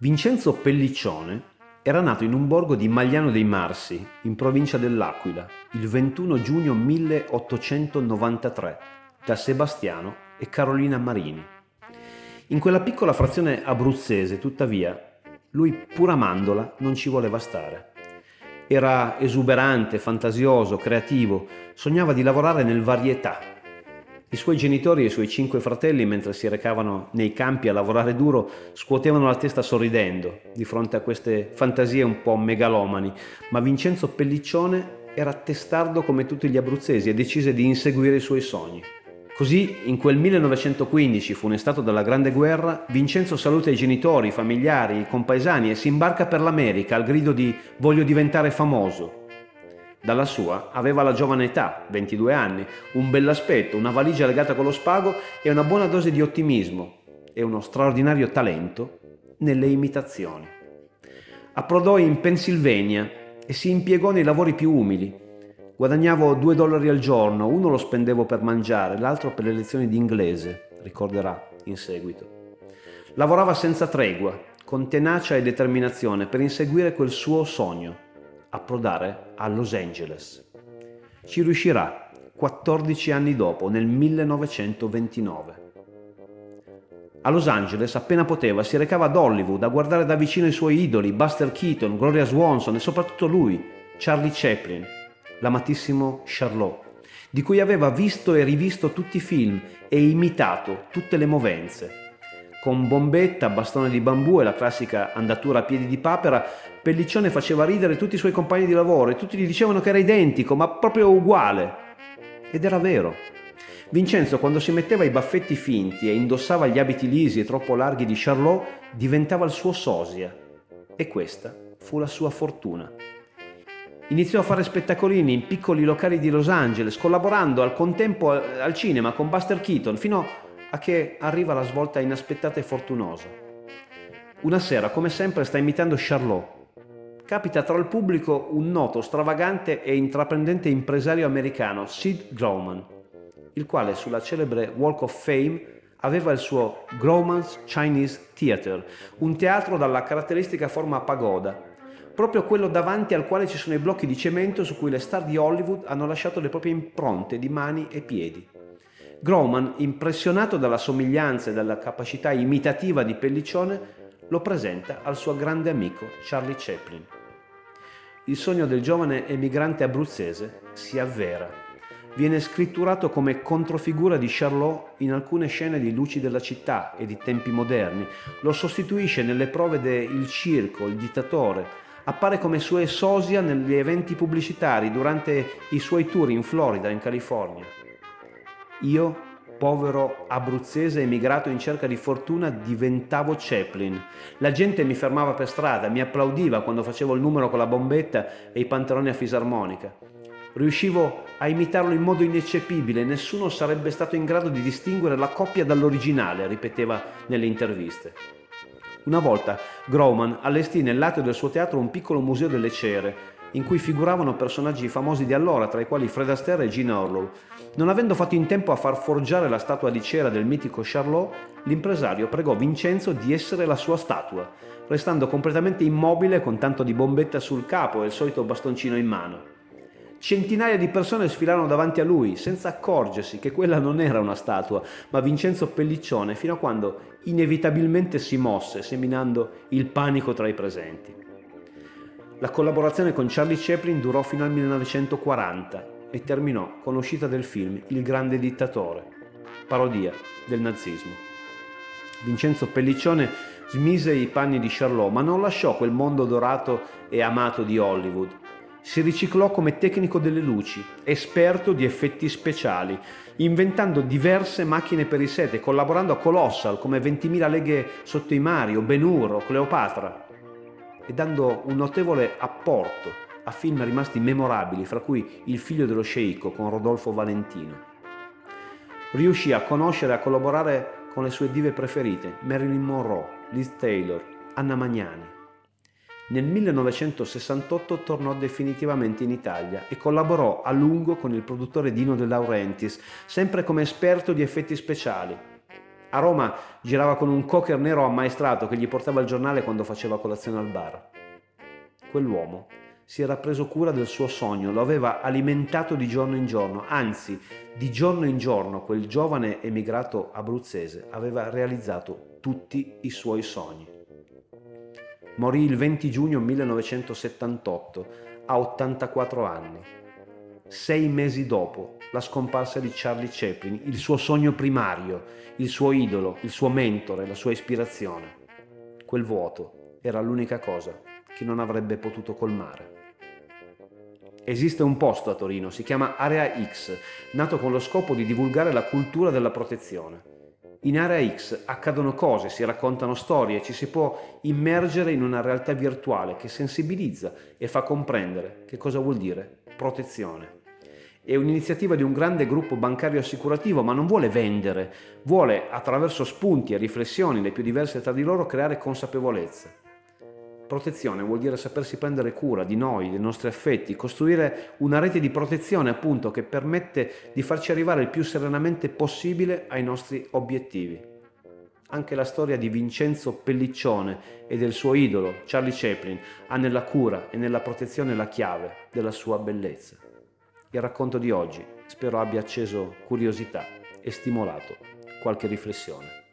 Vincenzo Pelliccione era nato in un borgo di Magliano dei Marsi, in provincia dell'Aquila, il 21 giugno 1893, da Sebastiano e Carolina Marini. In quella piccola frazione abruzzese, tuttavia, lui pur amandola non ci voleva stare. Era esuberante, fantasioso, creativo, sognava di lavorare nel varietà. I suoi genitori e i suoi 5 fratelli, mentre si recavano nei campi a lavorare duro, scuotevano la testa sorridendo di fronte a queste fantasie un po' megalomani, ma Vincenzo Pelliccione era testardo come tutti gli abruzzesi e decise di inseguire i suoi sogni. Così, in quel 1915, funestato dalla Grande Guerra, Vincenzo saluta i genitori, i familiari, i compaesani e si imbarca per l'America al grido di «Voglio diventare famoso». Dalla sua aveva la giovane età, 22 anni, un bell'aspetto, una valigia legata con lo spago e una buona dose di ottimismo e uno straordinario talento nelle imitazioni. Approdò in Pennsylvania e si impiegò nei lavori più umili. Guadagnavo $2 al giorno, uno lo spendevo per mangiare, l'altro per le lezioni di inglese, ricorderà in seguito. Lavorava senza tregua, con tenacia e determinazione per inseguire quel suo sogno, approdare a Los Angeles. Ci riuscirà 14 anni dopo, nel 1929. A Los Angeles, appena poteva, si recava ad Hollywood a guardare da vicino i suoi idoli, Buster Keaton, Gloria Swanson e soprattutto lui, Charlie Chaplin, l'amatissimo Charlot, di cui aveva visto e rivisto tutti i film e imitato tutte le movenze. Con bombetta, bastone di bambù e la classica andatura a piedi di papera, Pelliccione faceva ridere tutti i suoi compagni di lavoro e tutti gli dicevano che era identico, ma proprio uguale. Ed era vero. Vincenzo, quando si metteva i baffetti finti e indossava gli abiti lisi e troppo larghi di Charlot, diventava il suo sosia. E questa fu la sua fortuna. Iniziò a fare spettacolini in piccoli locali di Los Angeles, collaborando al contempo al cinema con Buster Keaton, fino a che arriva la svolta inaspettata e fortunosa. Una sera, come sempre, sta imitando Charlot. Capita tra il pubblico un noto, stravagante e intraprendente impresario americano, Sid Grauman, il quale sulla celebre Walk of Fame aveva il suo Grauman's Chinese Theatre, un teatro dalla caratteristica forma a pagoda, proprio quello davanti al quale ci sono i blocchi di cemento su cui le star di Hollywood hanno lasciato le proprie impronte di mani e piedi. Grauman, impressionato dalla somiglianza e dalla capacità imitativa di Pelliccione, lo presenta al suo grande amico Charlie Chaplin. Il sogno del giovane emigrante abruzzese si avvera. Viene scritturato come controfigura di Charlot in alcune scene di Luci della città e di Tempi moderni. Lo sostituisce nelle prove de Il circo, Il dittatore. Appare come sua sosia negli eventi pubblicitari durante i suoi tour in Florida e in California. Io, povero abruzzese emigrato in cerca di fortuna, diventavo Chaplin. La gente mi fermava per strada, mi applaudiva quando facevo il numero con la bombetta e i pantaloni a fisarmonica. Riuscivo a imitarlo in modo ineccepibile, nessuno sarebbe stato in grado di distinguere la coppia dall'originale, ripeteva nelle interviste. Una volta Grauman allestì nell'atrio del suo teatro un piccolo museo delle cere, in cui figuravano personaggi famosi di allora, tra i quali Fred Astaire e Jean Harlow. Non avendo fatto in tempo a far forgiare la statua di cera del mitico Charlot, l'impresario pregò Vincenzo di essere la sua statua, restando completamente immobile con tanto di bombetta sul capo e il solito bastoncino in mano. Centinaia di persone sfilarono davanti a lui, senza accorgersi che quella non era una statua, ma Vincenzo Pelliccione, fino a quando inevitabilmente si mosse, seminando il panico tra i presenti. La collaborazione con Charlie Chaplin durò fino al 1940 e terminò con l'uscita del film Il grande dittatore, parodia del nazismo. Vincenzo Pelliccione smise i panni di Charlot, ma non lasciò quel mondo dorato e amato di Hollywood. Si riciclò come tecnico delle luci, esperto di effetti speciali, inventando diverse macchine per i set e collaborando a Colossal come 20.000 leghe sotto i mari o Ben-Hur o Cleopatra, e dando un notevole apporto a film rimasti memorabili, fra cui Il figlio dello sceicco con Rodolfo Valentino. Riuscì a conoscere e a collaborare con le sue dive preferite, Marilyn Monroe, Liz Taylor, Anna Magnani. Nel 1968 tornò definitivamente in Italia e collaborò a lungo con il produttore Dino De Laurentiis, sempre come esperto di effetti speciali. A Roma girava con un cocker nero ammaestrato che gli portava il giornale quando faceva colazione al bar. Quell'uomo si era preso cura del suo sogno, lo aveva alimentato di giorno in giorno, anzi, di giorno in giorno quel giovane emigrato abruzzese aveva realizzato tutti i suoi sogni. Morì il 20 giugno 1978 a 84 anni. 6 mesi dopo la scomparsa di Charlie Chaplin, il suo sogno primario, il suo idolo, il suo mentore, la sua ispirazione. Quel vuoto era l'unica cosa che non avrebbe potuto colmare. Esiste un posto a Torino, si chiama Area X, nato con lo scopo di divulgare la cultura della protezione. In Area X accadono cose, si raccontano storie, ci si può immergere in una realtà virtuale che sensibilizza e fa comprendere che cosa vuol dire protezione. È un'iniziativa di un grande gruppo bancario assicurativo, ma non vuole vendere, vuole, attraverso spunti e riflessioni le più diverse tra di loro, creare consapevolezza. Protezione vuol dire sapersi prendere cura di noi, dei nostri affetti, costruire una rete di protezione, appunto, che permette di farci arrivare il più serenamente possibile ai nostri obiettivi. Anche la storia di Vincenzo Pelliccione e del suo idolo, Charlie Chaplin, ha nella cura e nella protezione la chiave della sua bellezza. Il racconto di oggi spero abbia acceso curiosità e stimolato qualche riflessione.